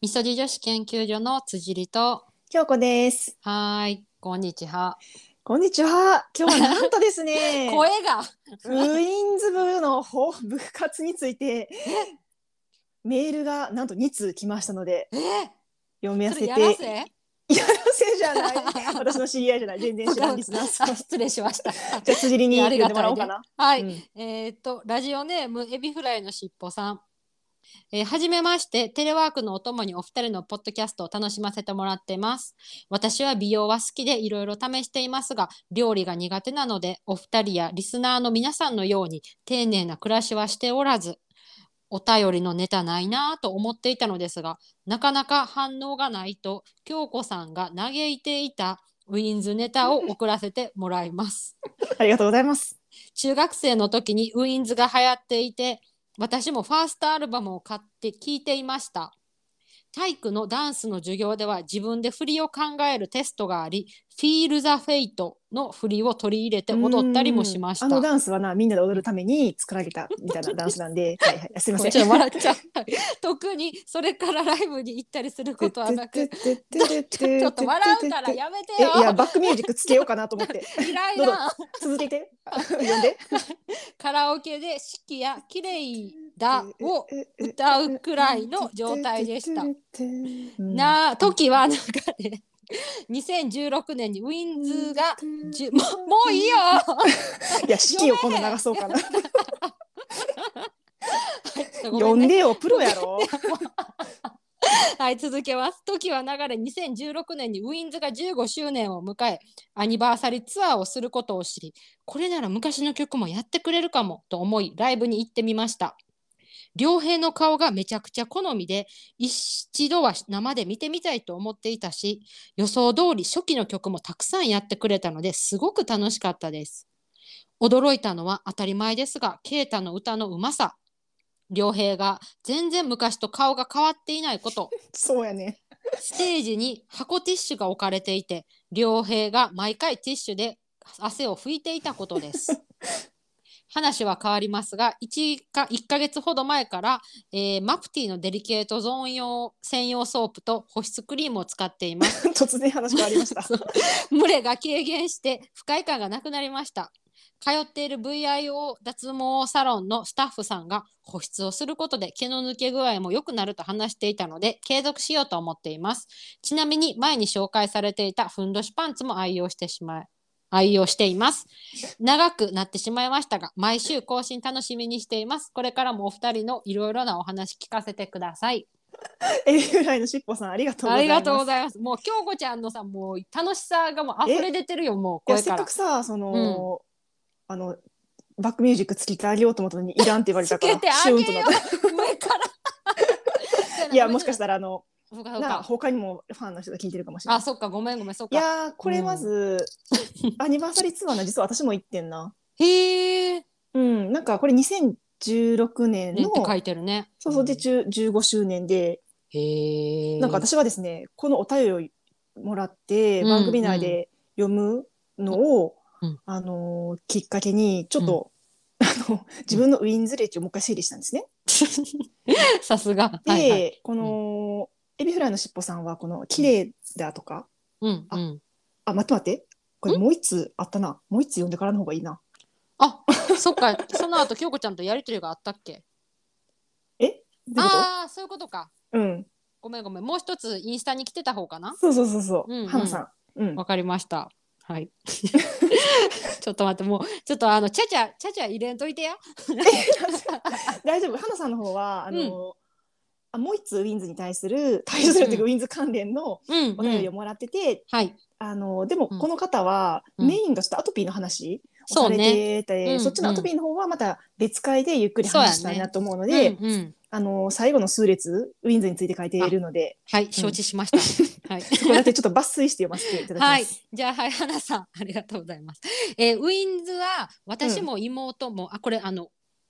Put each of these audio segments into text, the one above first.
みそじ女子研究所の辻里と。 京子です。 こんにちは。 こんにちは。今日はなんとですね、 声がウインズ部の部活についてえメールがなんと2通来ましたので、 え読めそれせて、 やらせやらせじゃない。私の知り合いじゃない。全然知らんリスナーさん。 失礼しました。 じゃあ辻里いや、あに読んでもりがたいで。 らおうかな。 はい。 うん。 ラジオネームエビフライのしっぽさん。はじめまして、テレワークのお供にお二人のポッドキャストを楽しませてもらっています。私は美容は好きでいろいろ試していますが、料理が苦手なので、お二人やリスナーの皆さんのように丁寧な暮らしはしておらず、お便りのネタないなぁと思っていたのですが、なかなか反応がないと、京子さんが嘆いていたウィンズネタを送らせてもらいます。 ありがとうございます。 中学生の時にウィンズが流行っていて、私もファーストアルバムを買って聴いていました。体育のダンスの授業では自分で振りを考えるテストがあり、Feel the Fate の振りを取り入れて踊ったりもしましあのた。 ダンスはな、みんなで踊るために作られたみたいなダンスなんで、はいはい。すいません。 ごめんちょっと笑っちゃう。特にそれからライブに行ったりすることはなく、ちょっと笑うからやめてよ。 いや、バックミュージックつけようかなと思って。 いらいどうぞ、 らん。 続けて。読んで。 カラオケで「四季や綺麗だ」を歌うくらいの状態でした。時はなんかね、2016年にウィンズがもういいよ。 いや、四季を今度流そうかな。読んね、 でよ、プロやろ。 はい、続けます。時は流れ2016年にウィンズが15周年を迎え、アニバーサリーツアーをすることを知り、これなら昔の曲もやってくれるかもと思い、ライブに行ってみました。良平の顔がめちゃくちゃ好みで、一度は生で見てみたいと思っていたし、予想通り初期の曲もたくさんやってくれたのですごく楽しかったです。驚いたのは当たり前ですが、ケイタの歌のうまさ。良平が全然昔と顔が変わっていないこと。 そうやね。 ステージに箱ティッシュが置かれていて、良平が毎回ティッシュで汗を拭いていたことです。話は変わりますが、1ヶ月ほど前から、マプティのデリケートゾーン用専用ソープと保湿クリームを使っています。 突然話変わりました。 蒸れが軽減して不快感がなくなりました。通っている VIO 脱毛サロンのスタッフさんが保湿をすることで毛の抜け具合も良くなると話していたので継続しようと思っています。ちなみに前に紹介されていたふんどしパンツも愛用しています。長くなってしまいましたが、毎週更新楽しみにしています。これからもお二人のいろいろなお話聞かせてください。 エビフライのしっぽさん、ありがとうごありがざいます。 とうございます。もう京子ちゃんのさ、もう楽しさがもう溢れ出てるよ、もういや、せっ声から。 かくさ、あの、バックミュージックつけてあげようと思ったのに、いらんって言われたから、 つけてあシューンとなっげよう。上から。 た。いや、もしかしたら、 そうかそうか。 他にもファンの人が聞いてるかもしれない。 あ、そっか、ごめん、そっか。 いやこれまず、アニバーサリーツアーな、実は私も行ってんな。 へえ。 うん、なんかこれ2016年の、 ねって書いてるね。 そうそうで、15周年で、 へえ。 なんか私はですね、このお便りをもらって、番組内で読むのを、きっかけに、ちょっと、自分のウィンズ歴をもう一回整理したんですね。 さすが。 で、 はいはい。 この、エビフライのしっぽさんは、この、綺麗だとか、待って。これもう一つあったな。もう一つ読んでからの方がいいな。 あ、そっか。その後、京子ちゃんとやりとりがあったっけ？ どういうこと？ ああ、そういうことか。 うん。 ごめん。もう一つインスタに来てた方かな？ そう。花さん。 わかりました。はい。ちょっと待って、もう、ちょっとちゃちゃ入れんといてや。 大丈夫。花さんの方は、もう一つウィンズに対するというか、ウィンズ関連のお便りをもらってて、でもこの方はメインがちょっとアトピーの話をされてて、そっちのアトピーの方はまた別会でゆっくり話したいなと思うので、最後の数列ウィンズについて書いているので、 はい、承知しました。はい、 そこだけちょっと抜粋して読ませていただきます。 はい、じゃあ、はい、花さんありがとうございます。ウィンズは私も妹も、これ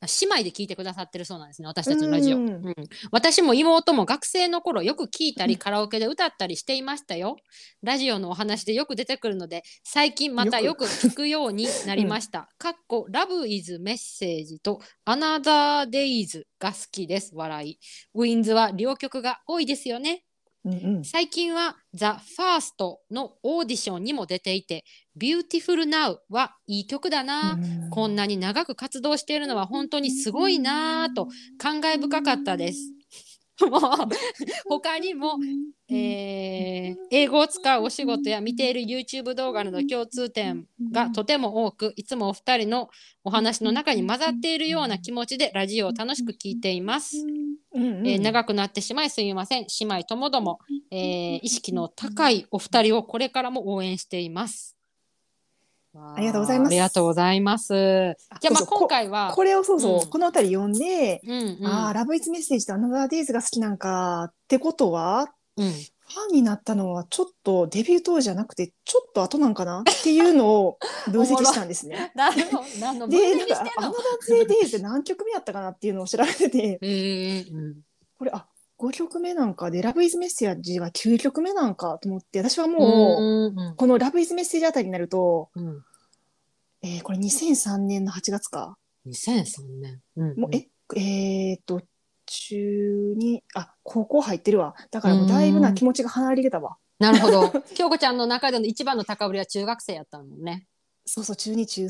姉妹で聞いてくださってるそうなんですね、私たちのラジオ。私も妹も学生の頃よく聞いたりカラオケで歌ったりしていましたよ。ラジオのお話でよく出てくるので最近またよく聞くようになりました。かっこラブイズメッセージとアナザーデイズが好きです。笑い。ウィンズは両曲が多いですよね。最近はザ・ファーストのオーディションにも出ていてビューティフルナウはいい曲だな、こんなに長く活動しているのは本当にすごいなと感慨深かったです。もう他にも、英語を使うお仕事や見ている YouTube 動画など共通点がとても多く、いつもお二人のお話の中に混ざっているような気持ちでラジオを楽しく聞いています。長くなってしまいすみません。姉妹ともども、意識の高いお二人をこれからも応援しています。 ありがとうございます。 ありがとうございます。じゃあ今回はこれをこの辺り読んで、ラブイズメッセージとアナザーデイズが好きなんかってことは、ファンになったのはちょっとデビュー当時じゃなくてちょっと後なんかなっていうのを分析したんですね。 で、なんかアナザーデイズって何曲目やったかなっていうのを調べてて、これ5曲目なんかでラブイズメッセージは9曲目なんかと思って、私はもうこのラブイズメッセージあたりになると、これ2003年の8月か。 2003年。 もう中に高校入ってるわ。だからもうだいぶな気持ちが離れてたわ。 なるほど。京子ちゃんの中での一番の高ぶりは中学生やったもんね。 そうそう、中2中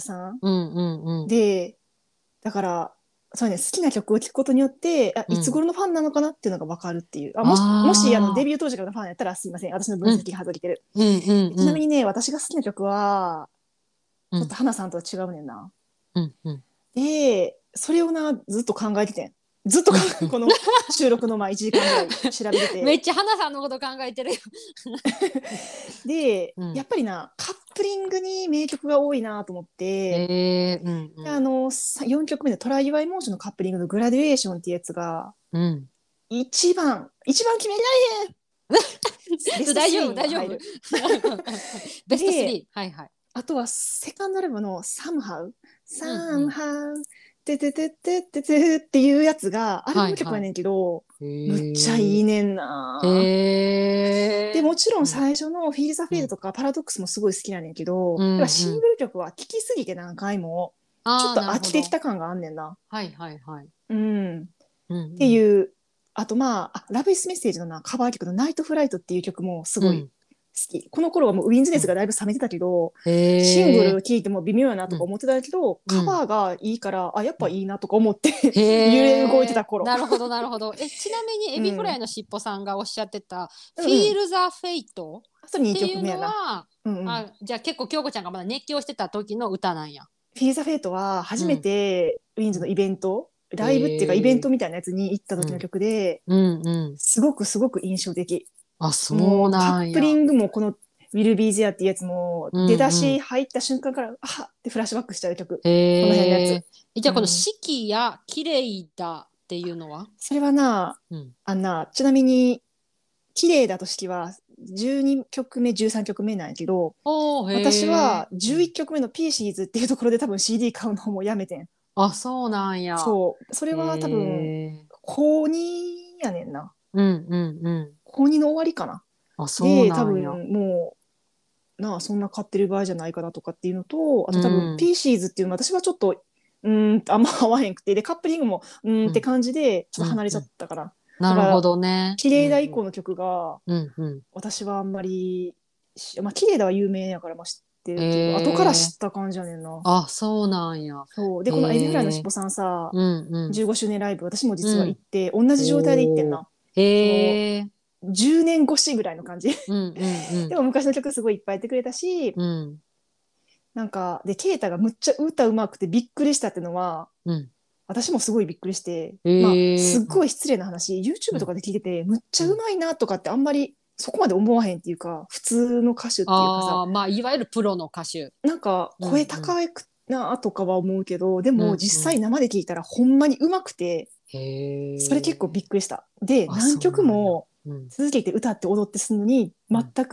3。で、だからそうね、好きな曲を聴くことによっていつ頃のファンなのかなっていうのが分かるっていう。もしデビュー当時からのファンやったらすいません、私の分析が外れてる。ちなみにね、私が好きな曲はちょっと花さんとは違うねんな。でそれをずっと考えててん。ずっとこの収録の1時間ぐらい調べててめっちゃ花さんのこと考えてるよで、やっぱりカップリングに名曲が多いなと思って、4曲目の「トライ・ユア・エモーション」のカップリングの「グラデュエーション」っていうやつが、一番決められへん大丈夫ベスト3。 あとはセカンドアルバムの「Somehow」ててててててっていうやつがアルバム曲やねんけど、むっちゃいいねんな。でもちろん最初の「Feel the Fade」とか「パラドックス」もすごい好きやねんけど、シングル曲は聴きすぎて何回もちょっと飽きてきた感があんねんな。っていう。あとラブイズメッセージのカバー曲の「ナイトフライト」っていう曲もすごい好き。この頃はもうウィンズ熱がだいぶ冷めてたけど、シングル聴いても微妙やなとか思ってたけど、カバーがいいからやっぱいいなとか思って揺れ動いてた頃。 なるほどなるほど。ちなみにエビフライのしっぽさんがおっしゃってた「Feel the Fate」っていうのは、じゃあ結構京子ちゃんがまだ熱狂してた時の歌なんや。 Feel the Fate は初めてウィンズのイベント、ライブっていうかイベントみたいなやつに行った時の曲で、すごく印象的。 そうなんや。 カップリングもこの「Will Be There」っていうやつも出だし入った瞬間からってフラッシュバックしちゃう曲、この辺のやつ。 じゃあこの「四季」や「綺麗だ」っていうのは、 それはちなみに「綺麗だ」と「四季」は12曲目13曲目なんやけど、私は11曲目の「ピーシーズ」っていうところで多分 CD 買うのもやめてん。 そうなんや。 それは多分高2やねんな。高2の終わりかな。で多分もうそんな買ってる場合じゃないかなとかっていうのと、あと多分ピーシーズっていうの私はちょっとあんま合わへんくて、でカップリングもって感じでちょっと離れちゃったから。 なるほどね。 綺麗だ以降の曲が私はあんまり綺麗だは有名やから知ってるけど、後から知った感じやねんな。 そうなんや。 でこのエビフライのしっぽさんさ、15周年ライブ私も実は行って、同じ状態で行ってんな。10年越しぐらいの感じでも昔の曲すごいいっぱいやってくれたし、なんかでケイタがむっちゃ歌うまくてびっくりしたってのは、私もすごいびっくりして、すっごい失礼な話 YouTube とかで聞いてて、むっちゃうまいなとかってあんまりそこまで思わへんっていうか、普通の歌手っていうかさ、 いわゆるプロの歌手なんか声高いなとかは思うけど、でも実際生で聞いたらほんまにうまくて、それ結構びっくりした。で何曲も続けて歌って踊ってするのに全く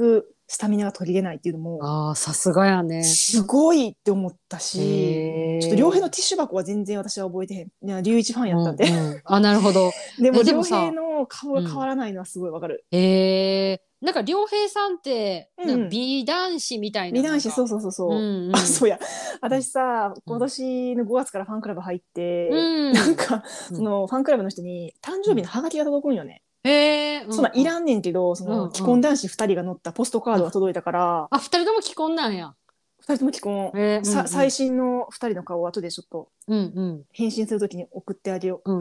スタミナが取り出ないっていうのもさすがやね。 すごいって思ったし、ちょっと良平のティッシュ箱は全然私は覚えてへん。いや、龍一ファンやったんで、 なるほど。 でも良平の顔が変わらないのはすごいわかる。 なんか良平さんってなんか美男子みたいな、 美男子、そうそうそうそう、そうや、私さ、今年の5月からファンクラブ入って、なんかそのファンクラブの人に誕生日のハガキが届くんよね。そんないらんねんけど、その既婚男子2人が載ったポストカードが届いたから、 2人とも既婚なんや。 2人とも既婚、最新の2人の顔を後でちょっと返信するときに送ってあげよう。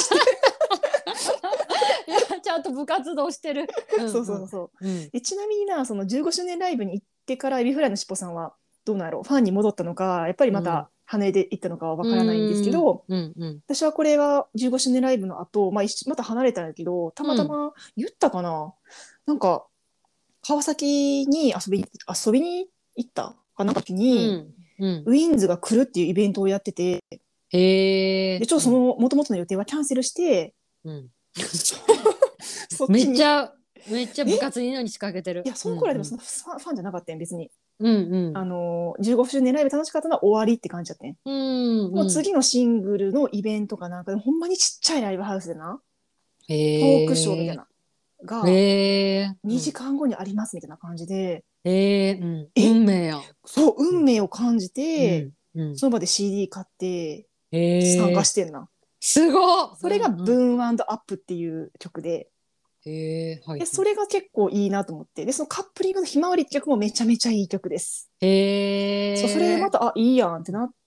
ちゃんと部活動してる。 そうそうそう。でちなみにな、その15周年ライブに行ってからエビフライのしっぽさんはどうなんやろう、ファンに戻ったのか、やっぱりまた羽で行ったのかは分からないんですけど、私はこれは15周年ライブの後、また離れたんやけど、たまたま言ったかな、なんか川崎に遊びに行ったかなんか時に、ウィンズが来るっていうイベントをやってて、でちょっとその元々の予定はキャンセルして、 めっちゃ部活にのに仕掛けてる。 いや、その頃はでもそのファンじゃなかったん別に。15周年ライブ楽しかったのは終わりって感じだったん。もう次のシングルのイベントかなんかでほんまにちっちゃいライブハウスでな、トークショーみたいなが2時間後にありますみたいな感じで、 運命や。 そう、運命を感じて、その場で CD 買って参加してんな。すごい。それがブーン&アップっていう曲で、でそれが結構いいなと思って、でそのカップリングのひまわりって曲もめちゃめちゃいい曲です。そう、それでまたいいやんってなって、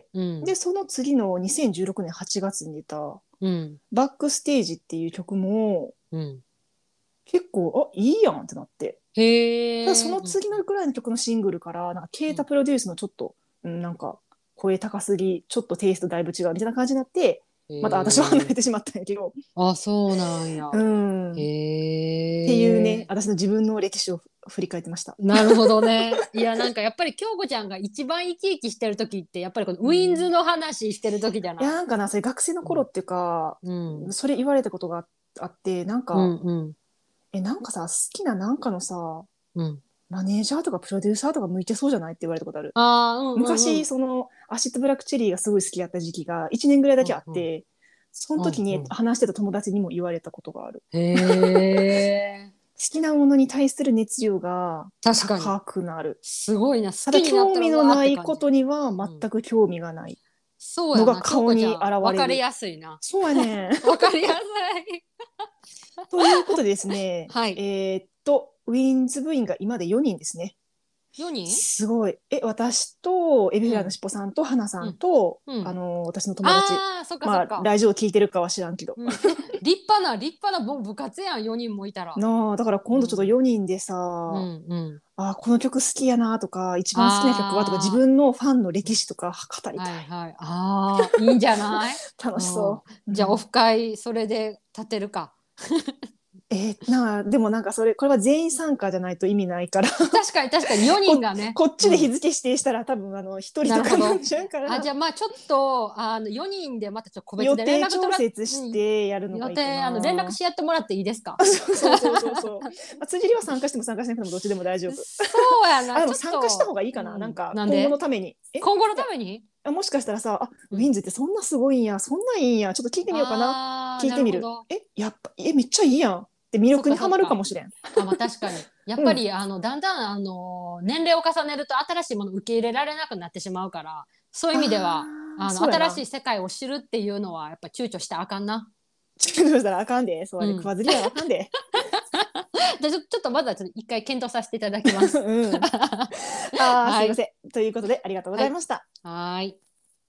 でその次の2016年8月に出たバックステージっていう曲も、結構いいやんってなって、その次のくらいの曲のシングルからなんかケイタプロデュースのちょっと、なんか声高すぎ、ちょっとテイストだいぶ違うみたいな感じになって、また私は離れてしまったんやけど。そうなんや。っていうね、私の自分の歴史を振り返ってました。 なるほどね。いや、なんかやっぱり京子ちゃんが一番生き生きしてる時ってやっぱりこのウィンズの話してる時じゃない？ いや、なんかな、それ学生の頃っていうか、それ言われたことがあって、なんか、なんかさ、好きななんかのさ、マネージャーとかプロデューサーとか向いてそうじゃないって言われたことある。昔そのアシッドブラックチェリーがすごい好きだった時期が1年ぐらいだけあって、その時に話してた友達にも言われたことがある。好きなものに対する熱量が高くなる。 すごいな。 ただ興味のないことには全く興味がないのが顔に現れる。 分かりやすいな。 そうやね。 分かりやすい。 ということでですね、ウィンズ部員が今で4人ですね。 4人？ すごい。私とエビフラのしっぽさんと花さんと、私の友達。ラジオ聞いてるかは知らんけど。 立派な部活やん、4人もいたら。 だから今度ちょっと4人でさ、この曲好きやなとか、一番好きな曲はとか、自分のファンの歴史とか語りたい。 いいんじゃない？ 楽しそう。 じゃあオフ会それで立てるか。 でもなんかこれは全員参加じゃないと意味ないから確かに4人がねこっちで日付指定したら、多分1人とかになっちゃうから、 じゃあまあちょっと4人でまたちょっと個別で連絡調節してやるのがいいかな。 連絡し合ってもらっていいですか？ そう辻里は参加しても参加しなくてもどっちでも大丈夫。 そうやな。 でも参加した方がいいかな、なんか今後のために。 今後のためにもしかしたらさ、ウィンズってそんなすごいんや、そんないいんや、ちょっと聞いてみようかな。聞いてみる。やっぱめっちゃいいやんって魅力にはまるかもしれん。 確かにやっぱり、だんだん年齢を重ねると新しいものを受け入れられなくなってしまうから、そういう意味では新しい世界を知るっていうのはやっぱ躊躇したらあかんな。 躊躇したらあかんで、そうやね、食わず嫌いはあかんで。 じゃあちょっとまずはちょっと一回検討させていただきます。すいません。ということでありがとうございました。 はい。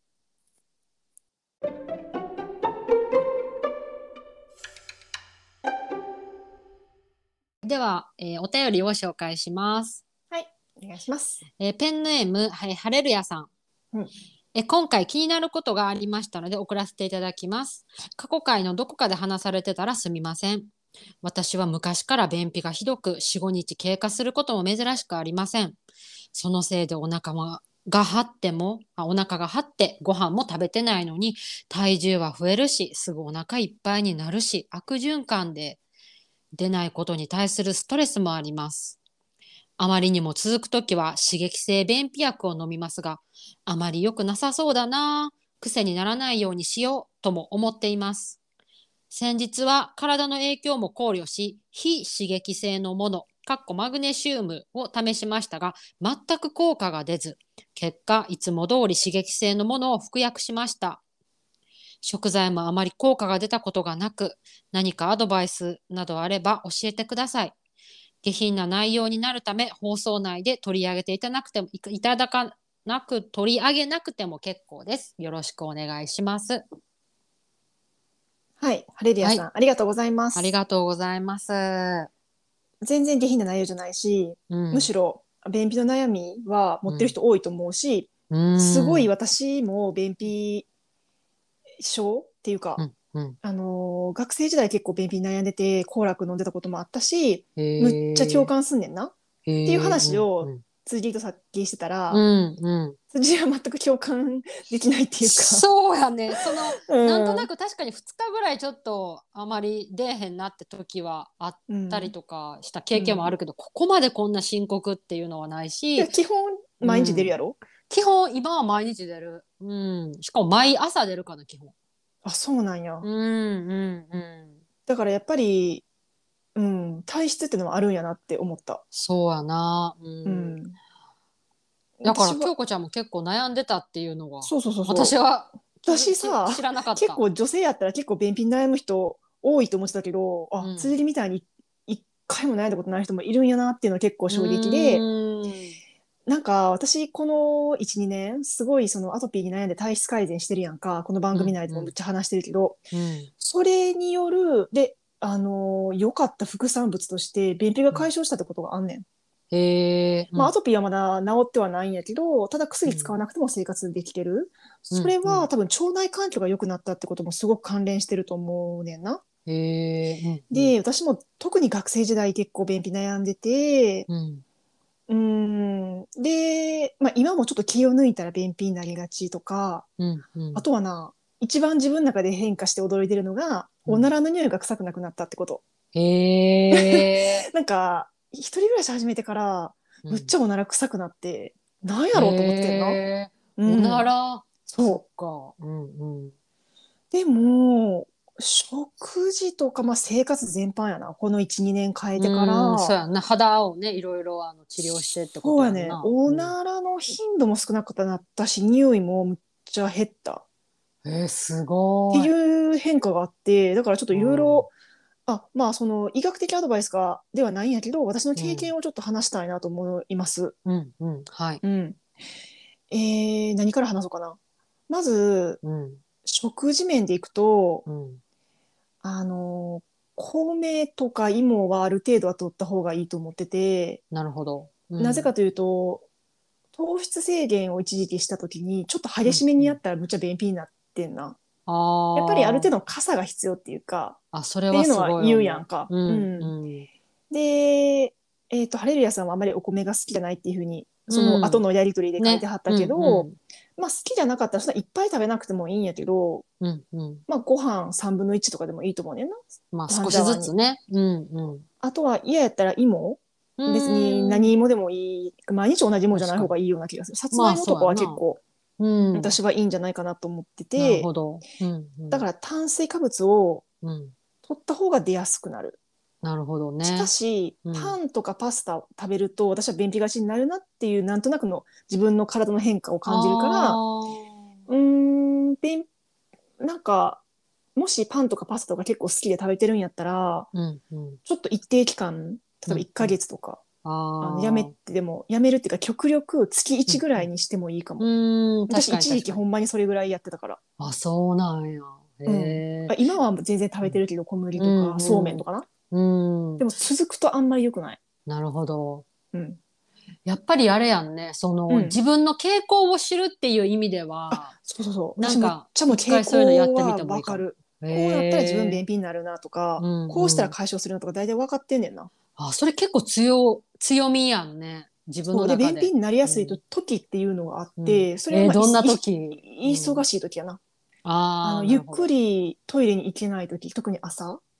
では、お便りを紹介します。 はい、お願いします。 ペンネーム、ハレルヤさん。今回気になることがありましたので送らせていただきます。過去回のどこかで話されてたらすみません。私は昔から便秘がひどく 4,5 日経過することも珍しくありません。そのせいでお腹が張ってご飯も食べてないのに体重は増えるし、すぐお腹いっぱいになるし、悪循環で出ないことに対するストレスもあります。 あまりにも続くときは刺激性便秘薬を飲みますが、あまり良くなさそうだな。癖にならないようにしようとも思っています。先日は体の影響も考慮し、非刺激性のもの、マグネシウムを試しましたが、全く効果が出ず、結果、いつも通り刺激性のものを服薬しました。食材もあまり効果が出たことがなく、何かアドバイスなどあれば教えてください。下品な内容になるため、放送内で取り上げていただかなく、取り上げなくても結構です。よろしくお願いします。 はい、ハレリアさん、 はい、 ありがとうございます。 ありがとうございます。 全然下品な内容じゃないし、むしろ便秘の悩みは持ってる人多いと思うし、すごい私も便秘症っていうか、学生時代結構便秘に悩んでて好楽飲んでたこともあったし、むっちゃ共感すんねんなっていう話を辻とさっきしてたら、辻は全く共感できないっていうか、 そうやね、なんとなく確かに2日ぐらいちょっとあまり出えへんなって時はあったりとかした経験もあるけど、ここまでこんな深刻っていうのはないし、 基本毎日出るやろ、 基本今は毎日出る、しかも毎朝出るかな基本。 あ、そうなんや。だからやっぱり、体質ってのもあるんやなって思った。 そうやな。だから京子ちゃんも結構悩んでたっていうのが、 そう私はさ、 知らなかった。 結構女性やったら結構便秘に悩む人多いと思ってたけど、辻りみたいに一回も悩んだことない人もいるんやなっていうのは結構衝撃で、なんか私この 1,2 年すごいそのアトピーに悩んで体質改善してるやんか、この番組内でもめっちゃ話してるけど、それによるで良かった副産物として便秘が解消したってことがあんねん。アトピーはまだ治ってはないんやけど、ただ薬使わなくても生活できてる、それは多分腸内環境が良くなったってこともすごく関連してると思うねんな。で、私も特に学生時代結構便秘悩んでて、で、今もちょっと気を抜いたら便秘になりがちとか、あとはな、一番自分の中で変化して驚いてるのが、おならの匂いが臭くなくなったってこと。なんか一人暮らし始めてからむっちゃおなら臭くなって、なんやろうと思ってんな。 おなら、 そうか。でも食事とか、生活全般やな、この 1,2 年変えてから。 そうやな、肌をねいろいろ治療してってことやな。そうやね、 おならの頻度も少なくなったし、匂いもむっちゃ減った。 すごい。 っていう変化があって、だからちょっといろいろ、その医学的アドバイスではないんやけど、私の経験をちょっと話したいなと思います。 はい。 何から話そうかな。まず、食事面でいくと、米とか芋はある程度は取った方がいいと思ってて、 なるほど。 なぜかというと、糖質制限を一時期した時にちょっと激しめにやったらむっちゃ便秘になってんな。やっぱりある程度の傘が必要っていうか、 それはすごいっていうのは言うやんか。で、ハレルヤさんはあまりお米が好きじゃないっていうふうにその後のやり取りで書いてはったけど、好きじゃなかったらそんないっぱい食べなくてもいいんやけど、ご飯3分の1とかでもいいと思うねんな。 少しずつね。 あとは嫌やったら芋、別に何芋でもいい、毎日同じ芋じゃない方がいいような気がする。さつまいもとかは結構、私はいいんじゃないかなと思ってて、だから炭水化物を取った方が出やすくなる。 なるほどね。 しかし、パンとかパスタ食べると私は便秘がちになるなっていうなんとなくの自分の体の変化を感じるから、なんかもしパンとかパスタとか結構好きで食べてるんやったら、ちょっと一定期間、例えば1ヶ月とか、やめるっていうか極力月1ぐらいにしてもいいかも。私一時期ほんまにそれぐらいやってたから。 そうなんや。 今は全然食べてるけど、小麦とかそうめんとかな。でも続くとあんまり良くない。 なるほど。やっぱりあれやんね、自分の傾向を知るっていう意味では、 なんか一回そういうのやってみてもいいかも。こうやったら自分便秘になるなとか、こうしたら解消するなとか大体分かってんねんな。 それ結構強みやんね、自分の中で。 便秘になりやすい時っていうのがあって、それはどんな時？ 忙しい時やな。ゆっくりトイレに行けない時、特に朝。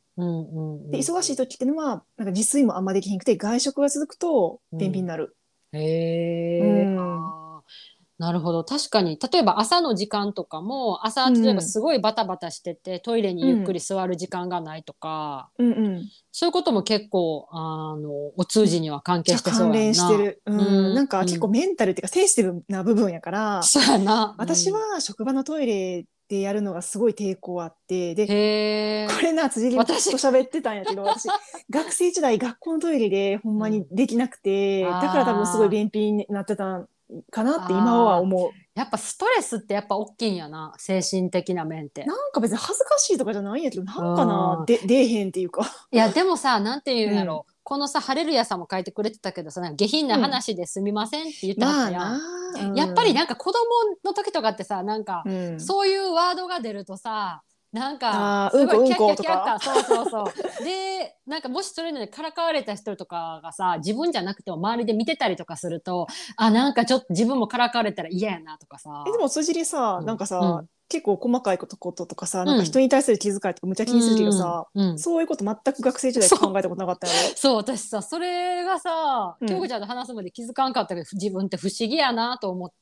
で忙しい時っていうのはなんか自炊もあんまできへんくて外食が続くと便秘になる。 へえ。なるほど。確かに、例えば朝の時間とかも、朝、例えばすごいバタバタしてて、トイレにゆっくり座る時間がないとか、そういうことも結構、お通じには関係してそうやんな。 関連してる。なんか結構メンタルっていうかセンシティブな部分やから、 そうやな。 私は職場のトイレでやるのがすごい抵抗あって、で、これな、辻里と喋ってたんやけど、私、学生時代学校のトイレでほんまにできなくて、だから多分すごい便秘になってたかなって今は思う。 やっぱストレスってやっぱ大きいんやな、精神的な面って。 なんか別に恥ずかしいとかじゃないんやけど、なんかな、出えへんっていうか。 いや、でもさ、なんていうんやろ。このさ、ハレルヤさんも書いてくれてたけどさ、下品な話ですみませんって言ってはったやん。やっぱりなんか子供の時とかってさ、なんか、そういうワードが出るとさ、なんか、すごいキャッキャキャッカ、そうそうそう。で、なんかもしそれでからかわれた人とかがさ、自分じゃなくても周りで見てたりとかすると、あ、なんかちょっと自分もからかわれたら嫌やなとかさ。 でも辻里さ、なんかさ、結構細かいこととかさ、なんか人に対する気遣いとかむちゃ気にするけどさ、そういうこと全く学生時代考えたことなかったやろ。 そう、私さ、それがさ、京子ちゃんと話すまで気づかんかったけど、自分って不思議やなと思って、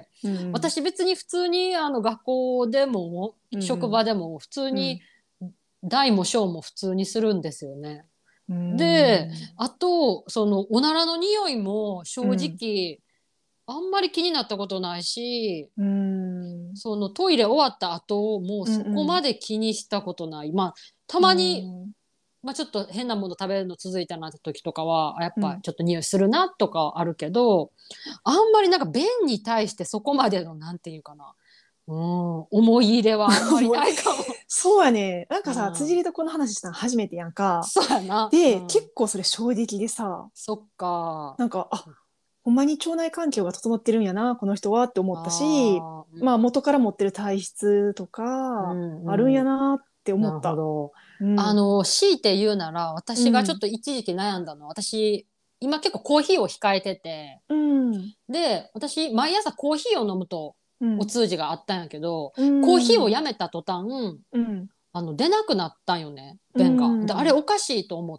私別に普通に学校でも、職場でも普通に、大も小も普通にするんですよね。で、あと、その、おならの匂いも正直、あんまり気になったことないし、そのトイレ終わった後もうそこまで気にしたことない。まあ、たまに、まあ、ちょっと変なもの食べるの続いたなって時とかは、やっぱちょっと匂いするなとかあるけど、あんまりなんか便に対してそこまでの、なんていうかな、思い入れはあんまりないかも。 そうやね。なんかさ、辻里とこの話したの初めてやんか。 そうやな。 で、結構それ衝撃でさ。 そっか。 なんか、ほんまに腸内環境が整ってるんやな、この人はって思ったし、まあ元から持ってる体質とか、あるんやなって思った。 なるほど。強いて言うなら、私がちょっと一時期悩んだの、私、今結構コーヒーを控えてて、で、私、毎朝コーヒーを飲むと、お通じがあったんやけど、コーヒーをやめた途端、出なくなったんよね、便が。で、あれおかしいと思って、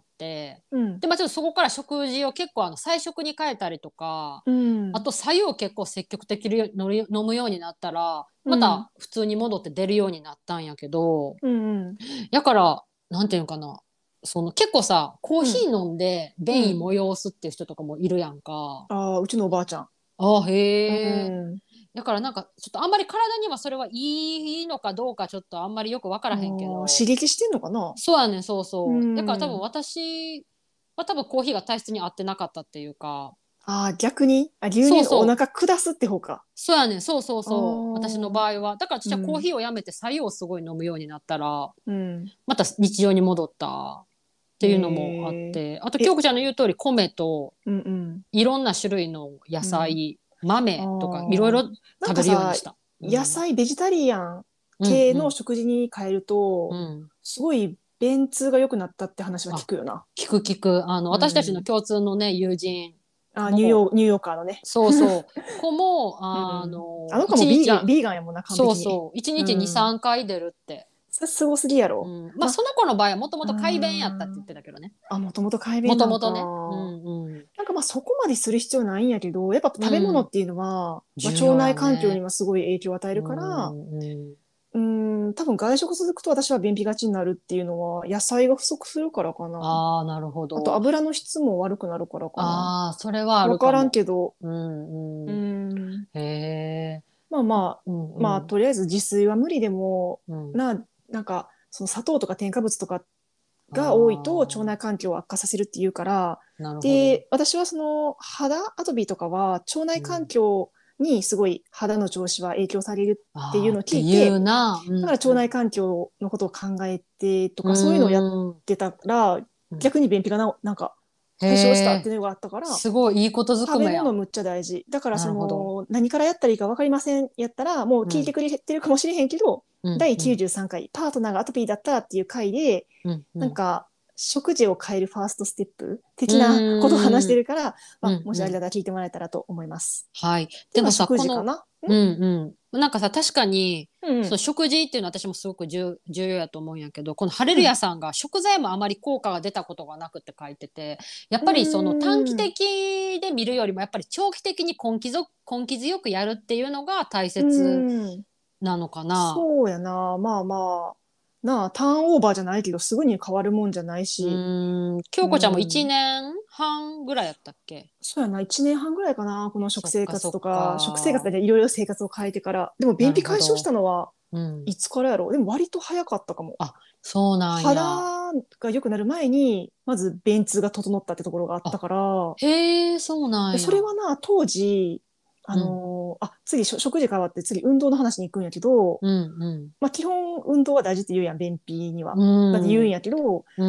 で、まあちょっとそこから食事を結構菜食に変えたりとか、あと白湯を結構積極的に飲むようになったら、また普通に戻って出るようになったんやけど、だから、なんていうのかな、その結構さ、コーヒー飲んで便意催すっていう人とかもいるやんか。 うちのおばあちゃん。 へえ。だからなんかちょっとあんまり体にはそれはいいのかどうかちょっとあんまりよく分からへんけど、 刺激してんのかな。 そうやねん、そうそう。だから多分私は多分コーヒーが体質に合ってなかったっていうか。 逆に牛乳お腹下すって方か。 そうやねん、そうそうそう。私の場合はだから私はコーヒーをやめて白湯をすごい飲むようになったら、また日常に戻ったっていうのもあって、あと京子ちゃんの言う通り米といろんな種類の野菜、豆とかいろいろ食べるようにした。 野菜ベジタリアン系の食事に変えると、すごい便通が良くなったって話は聞くよな。 聞く。私たちの共通のね、友人。 ニューヨーカーのね。 そうそう。子も、 あの子もビーガンやもんな、完璧に。 そうそう。1日2、3回出るって。 それすごすぎやろ。 まあ、その子の場合はもともと快便やったって言ってたけどね。 もともと快便なんか。 もともとね。 なんかまあそこまでする必要ないんやけど、やっぱ食べ物っていうのは、腸内環境にはすごい影響を与えるから、多分外食続くと私は便秘がちになるっていうのは野菜が不足するからかな。 なるほど。 あと油の質も悪くなるからかな。 それはあるかも。 分からんけど。 へえ。 まあとりあえず自炊は無理でも、なんかその砂糖とか添加物とかが多いと腸内環境を悪化させるっていうから、で私はその肌アトピーとかは腸内環境にすごい肌の調子は影響されるっていうのを聞いて、だから腸内環境のことを考えてとか、そういうのをやってたら、逆に便秘がなんか解消したっていうのがあったから、 すごいいいことずくめや。 食べ物むっちゃ大事だから、その何からやったらいいか分かりませんやったらもう聞いてくれてるかもしれへんけど、第93回パートナーがアトピーだったっていう回で、なんか食事を変えるファーストステップ的なことを話してるから、もしあれだったら聞いてもらえたらと思います。 はい。でもさ、こうんうん。なんかさ、確かに、 うんその食事っていうのは私もすごく重要やと思うんやけど、このハレルヤさんが食材もあまり効果が出たことがなくって書いてて、やっうぱりその短期んうん的で見るよりもやっぱり長期的に根気強くやるっていうのが大う切ん。 なのかな。 そうやな。まあまあ。なあ、ターンオーバーじゃないけど、すぐに変わるもんじゃないし。 京う子ちゃんも1 ん。 年半ぐらいやったっけ？ そうやな。1年半ぐらいかな。この食生活そっかそっとか、食生活か。 でいろいろ生活を変えてから。でも、 な便秘解消しるほど。 たのは、 うん。 いつからやろう。でも、割と早かったかも。 あ、そうなんや。 肌が良くなる前に、まず便通が整ったってところがあったあ、 から、 へえ、そうなでんや。 それはな、当時、 うん。 次、食事変わって次、運動の話に行くんやけど、 うんうん。 まあ、基本、運動は大事って言うやん、便秘には。 うだって言うんん。 やけど、 うん。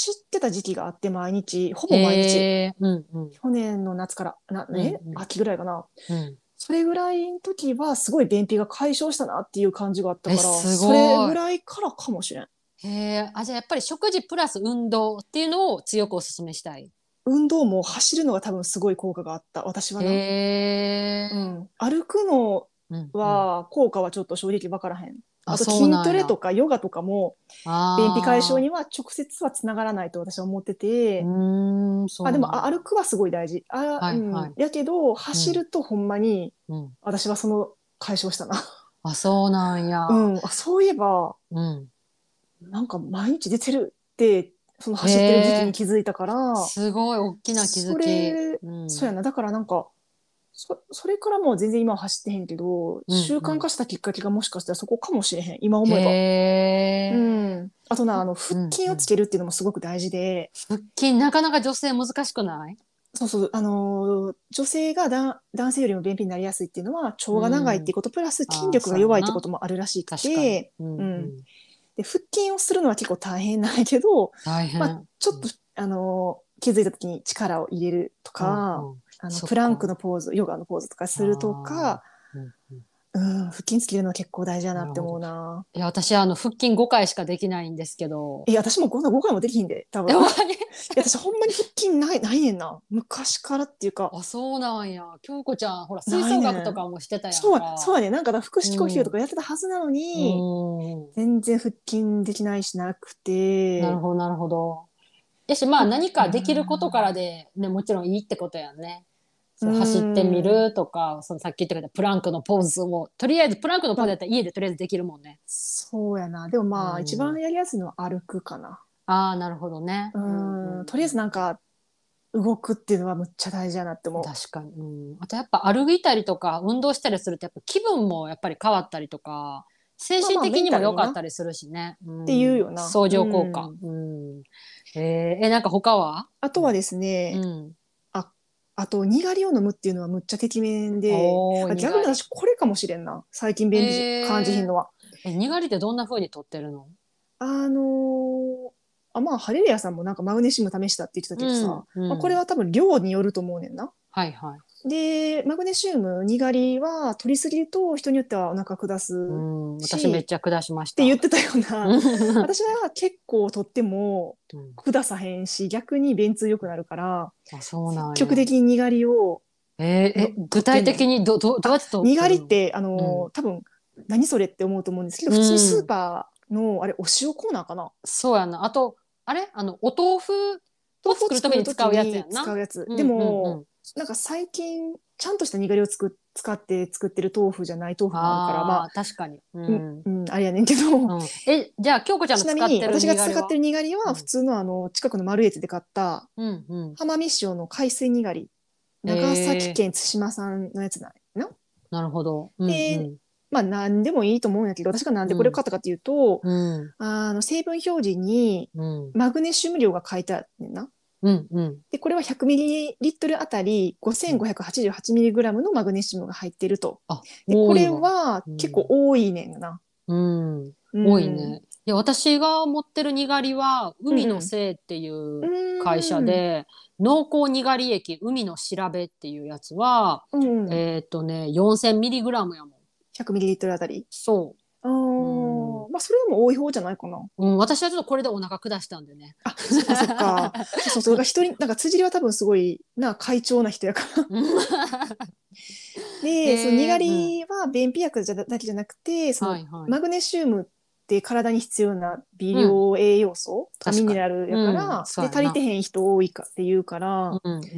走ってた時期があって、毎日、ほへぼ毎日。 え、うんうん。 去年の夏から、 うんうん。 秋ぐらいかな。 うん。 それぐらいの時は、すごい便秘が解消したなっていう感じがあったえ、 から、 すそれごい。 ぐらいからかもしれん。 へえ、あ、じゃあやっぱり食事プラス運動っていうのを強くお勧めしたい。 運動も走るのが多分すごい効果があった。私はへな。うえ。 ん。歩くのうんうん。 は、効果はちょっと正直わからへん。 あ、 あとそう筋トレとなんや。 かヨガとかも便秘解消ああ。 には直接はつながらないと私は思ってて、あ、でもそうなんや。 歩くはすごい大事。うん。 はいはい。 やけど、 うん。 走るとほんまにうん。 私はその解消したな。 あ、そうなんや。 うん。あ、そういえば、 うん。 なんか毎日出てるって、そのへ走ってる時期にえ。 気づいたから、 すごい大きな気づそき。 れ、 うん。 そうやな。だからなんか、それからもう全然今は走ってへんけど、習慣うんうん。 化したきっかけがもしかしたらそこかもしれへん。今へ思えば。うえ。 ん。あとな、 う腹筋をつんうん。 けるっていうのもすごく大事で、 腹筋なかなか女性難しくない？ そうそう、女性が男性よりも便秘になりやすいっていうのは、腸うが長いってん。 いうこと、プラス筋ああ、 力がそうやな。 弱いってこともあるらしく確かに。 て、 うんうん。 うん。 で、腹筋をするのは結構大変なんやけど、まあ、 大変。 ちょっと、 うん気づいた時に力を入れるとうんか、 うん。そっプランクか。 のポーズ、ヨガのポーズとかあするとあ。 か、 うんうん。 うん、腹筋つけるのは結構大事だなってなるほど。 思うな。 いや、私、腹筋5回しかできないんですけど。 私もこんな5回もできひんで、多分。 え、 いほんまに？ や、私ほんまに腹筋ないねんな。昔からっていうか、 あ、そうなんや。京子ちゃん、ほら、吹ない奏ねん。 楽とかもしてたやんそうやか。 ね。なんか腹式呼吸とうん。 かやってたはずなのに、 うん。 全然腹筋できないしなくて、 なるほど、なるほど。やし、まあま、 何うーかできることからん、 で、ね、もちろんいいってことやんね。 うそう、走ってみーん、 るとか、そのさっき言ってくれたプランクのポーズも、とりあえずプランクのポーズやま、 ったら家でとりあえずできるもんね。 そうやな。でもうまあ、一番ん。 やりやすいのは歩くかな。 ああ、なるほどね。うんうとりあえずなんんか、動くっていうのはむっちゃ大事だなってうん。 思確かに。うん。あとやっぱ歩いたりとか、運動したりすると、やっぱ気分もやっぱり変わったりとか、精う。まあまあ、メン神的にもタルになっ良かったりするしね。うて言うん。 よな。 相う乗効果。 ん。 うん。なんか他は？ あとはですね、 うん。 あ、あと、にがりを飲むっていうのはむっちゃてきめんで、 おー、に逆にがり。 私これかもしれんな。最近便利感じひんえのは。 にがりってどんな風に取ってるの？ あのまあ、ハレルヤさんもなんかマグネシウム試したって言ってたけどさ、 うん、 まあ、これうん。 は多分量によると思うねんな。 はいはい。 で、マグネシウム、にがりは取りすぎると人によってはお腹下すうん、私めっし、 ちゃ下しました。 って言ってたような、 うん。 私は結構取っても下さへんし、逆に便通良くなるから、 あ、そう積なんや。 極的ににがりを具体取ってんねん。 的にどうやってにがり取るの？ って、 うん。 多分、何それって思うと思うんですけど、 う普通にスーん。 パーの、あれ、お塩コーナーかな。 そうやな。あと、あれお豆腐を豆腐を作るときに作ると使うやつやきにんな。 使うやつ。でうんうんうも、 ん。 なんか最近、ちゃんとしたにがりを使って作ってる豆腐じゃない豆腐もあるから、まあ、 ああ、確かに。うん。 あれやねんけど、 うん。じゃあ、京子ちゃんのちなみに使ってる私が使にがりは？ ってるにがりは普うん。 通の近くのマルエツで買ったうんうん。 浜見塩の海水にがり。長崎県対馬産のやつなんやな。 なるほど。うんうで、 ん。 まあ何でもいいと思うんやけど、私がなんでこれをうん。 買ったかっていうと、 うん。 成分表示にうん。 マグネシウム量が書いてあるねんな。 うんうん。 で、これは 100ml あたり 5588mg のマグネシウムが入っていると。 あ、 で、これ多いわ。 は結構うん。 多いねんな。 うん。 うん。 多いね。いや、私が持ってるにがりは、海のうん精っていうう会社ん。うーん。 で、濃厚にがり液、海の調べっていうやつは、 うん。 4000mg やもん。 100ml あたり。 そあう。うん。 まあ、それでも多い方じゃないかな。 うん、私はちょっとこれでお腹下したんでね。 あ、そっかそっか。そうそうそう。なんか辻りは多分すごいな、会長な人やから。 で、そのにがりは便秘薬だけじゃなくて、そのマグネシウムって体に必要な微量栄養素とかミネラルやから、で足りてへん人多いかっていうから、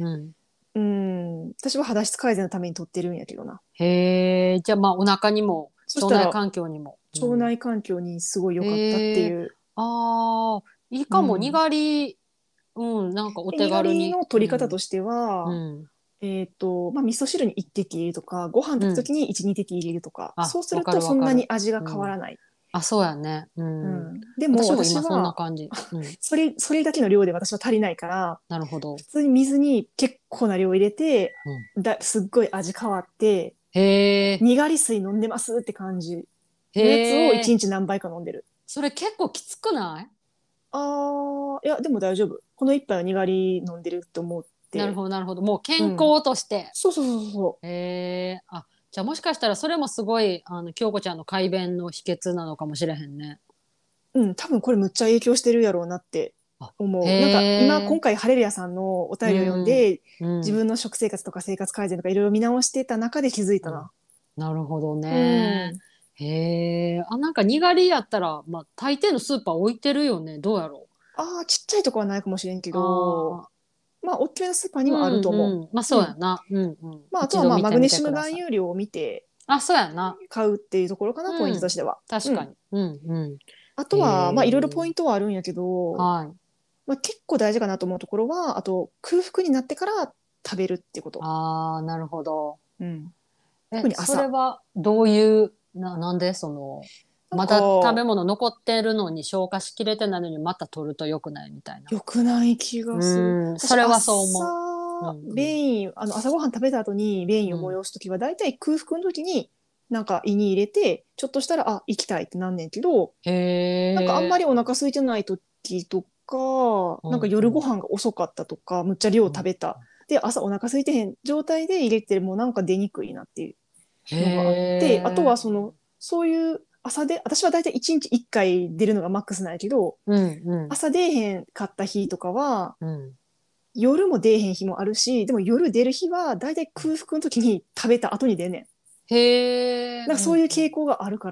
私は肌質改善のために取ってるんやけどな。 へえ、じゃあまあお腹にも腸内環境にも。 腸内環境にすごい良かったっていう。 ああ、いいかも、にがり、なんかお手軽に。 にがりの取り方としては、味噌汁に1滴入れるとか、ご飯炊くときに1、2滴入れるとか、そうするとそんなに味が変わらない。 あ、そうやね。 でも私はそんな感じ。 それだけの量で私は足りないから、 なるほど。 普通に水に結構な量入れて、すっごい味変わって、にがり水飲んでますって感じのやつを1日何杯か飲んでる。 それ結構きつくない？ いや、でも大丈夫。この一杯はにがり飲んでると思って。 なるほど、なるほど。もう健康として。 そうそうそうそう。 じゃあもしかしたらそれもすごい、京子ちゃんの快便の秘訣なのかもしれへんね。 多分これむっちゃ影響してるやろうなって思う。なんか今回ハレルヤさんのお便りを読んで、自分の食生活とか生活改善とかいろいろ見直してた中で気づいたな。 なるほどね。なんかにがりやったら、大抵のスーパー置いてるよね。どうやろう。ちっちゃいとこはないかもしれんけど、大きめのスーパーにはあると思う。 そうやな。 あとはマグネシウム含有量を見て、 そうやな。 買うっていうところかな、ポイントとしては。 確かに。 あとは、いろいろポイントはあるんやけど、結構大事かなと思うところは、あと空腹になってから食べるっていうこと。 なるほど。 特に朝。 それはどういう、なんでまた食べ物残ってるのに消化しきれてないのにまた取ると良くないみたいな。 良くない気がする。 それはそう思う。便意、朝ごはん食べた後に便意を催すときは、だいたい空腹の時に、なんか胃に入れて、ちょっとしたら、行きたいってなんねんけど、なんかあんまりお腹空いてない時とか、なんか夜ご飯が遅かったとか、むっちゃ量食べた。で、朝お腹空いてへん状態で入れてもなんか出にくいなっていうのがあって、あとはそういう朝で、私はだいたい1日1回出るのがマックスなんやけど、朝出えへんかった日とかは、夜も出えへん日もあるし、でも夜出る日はだいたい空腹の時に食べた後に出んねん。なんかそういう傾向があるから。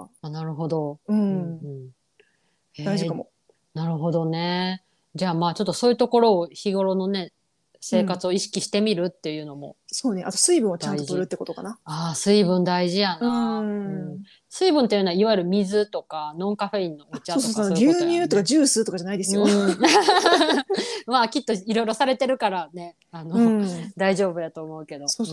なるほど。 大事かも。 なるほどね。じゃあちょっとそういうところを日頃のね、生活を意識してみるっていうのも、 そうね。あと水分をちゃんと取るってことかな。 水分大事やな。水分っていうのはいわゆる水とかノンカフェインのお茶とかそういうことや、ね、 牛乳とかジュースとかじゃないですよ。 きっといろいろされてるからね、大丈夫やと思うけど。 そう。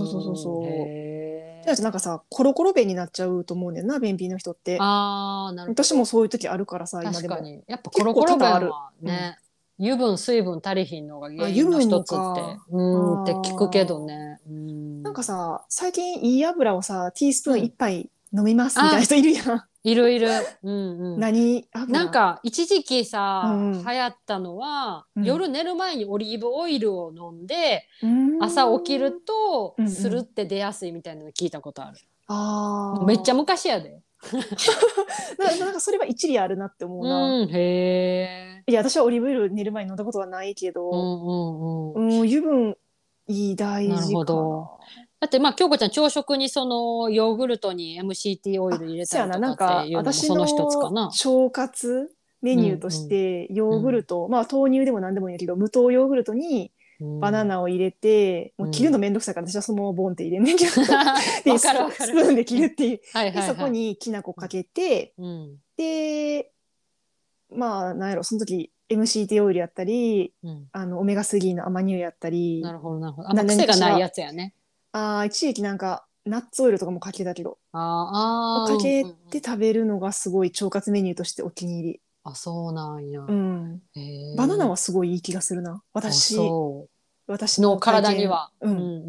なんかさ、コロコロ便になっちゃうと思うねんな、便秘の人って。 なるほど。 私もそういう時あるからさ、 今でも。確かに。やっぱコロコロ便はね、油分水分足りひんのが原因の一つって聞くけどね。 なんかさ、最近いい油をさ、ティースプーン1杯飲みますみたいな人いるやん。 いる。 何油？ なんか一時期さ、流行ったのは、夜寝る前にオリーブオイルを飲んで、朝起きるとスルって出やすいみたいなの聞いたことある。めっちゃ昔やで。 なんかそれは一理あるなって思うな。いや、私はオリーブオイル寝る前に飲んだことはないけど、油分大事かな。なるほど。 だって京子ちゃん朝食にそのヨーグルトに MCT オイル入れたりとかっていうのもその一つかな。 私の腸活メニューとしてヨーグルト、豆乳でも何でもいいんやけど無糖ヨーグルトにバナナを入れて、もう切るのめんどくさいから私はそのままボンって入れんねんけどでスプーンで切るっていうでそこにきな粉かけて、でなんやろその時 MCT オイルやったり、オメガ3のアマニ油やったり、 なるほど癖がないやつやね。 一時期なんかナッツオイルとかもかけたけどかけて食べるのがすごい腸活メニューとしてお気に入り。 そうなんや。 バナナはすごいいい気がするな。私の体には。 か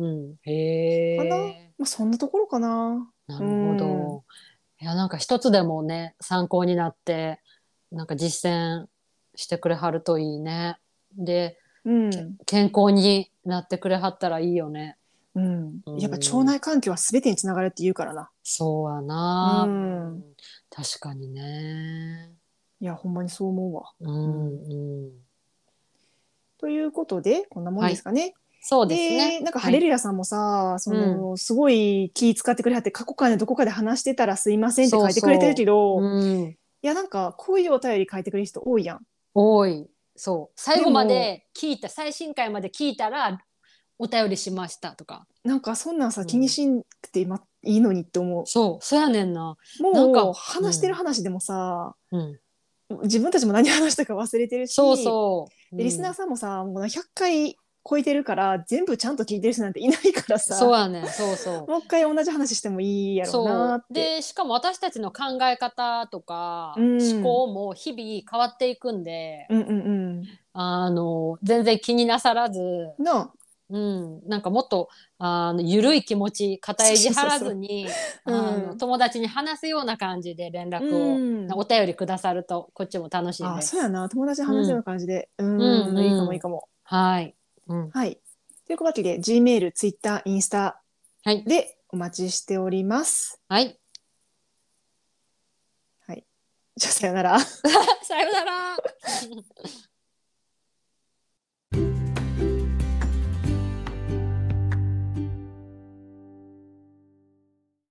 な。そんなところかな。 なるほど。いやなんか一つでもね参考になってなんか実践してくれはるといいね。で、健康になってくれはったらいいよね。 やっぱ腸内環境は全てにつながるって言うからな。 そうやな。確かにね。 いやほんまにそう思うわ。ということでこんなもんですかね。 そうですね。 でなんかハレルヤさんもさ、そのすごい気使ってくれはって、過去回のどこかで話してたらすいませんって書いてくれてるけど、いやなんかこういうお便り書いてくれる人多いやん。 多い。そう最後まで聞いた、最新回まで聞いたらお便りしましたとか。 なんかそんなんさ、気にしんくて今いいのにって思う。 そうやねんな。 もう話してる話でもさ、自分たちも何話したか忘れてるし、でリスナーさんもさ、もう100回超えてるから全部ちゃんと聞いてる人なんていないからさ、 そうやねん。そうもう一回同じ話してもいいやろうなって。 でしかも私たちの考え方とか、思考も日々変わっていくんで、全然気になさらずなんかもっと緩い気持ち、肩意地張らずに友達に話すような感じで連絡を、お便りくださるとこっちも楽しいです。 そうやな、友達に話すような感じで、いいかもいいかも。 はい、 はい。というわけで G メール、ツイッター、インスタでお待ちしております。 はい。 はい。じゃあさよなら。 さよなら。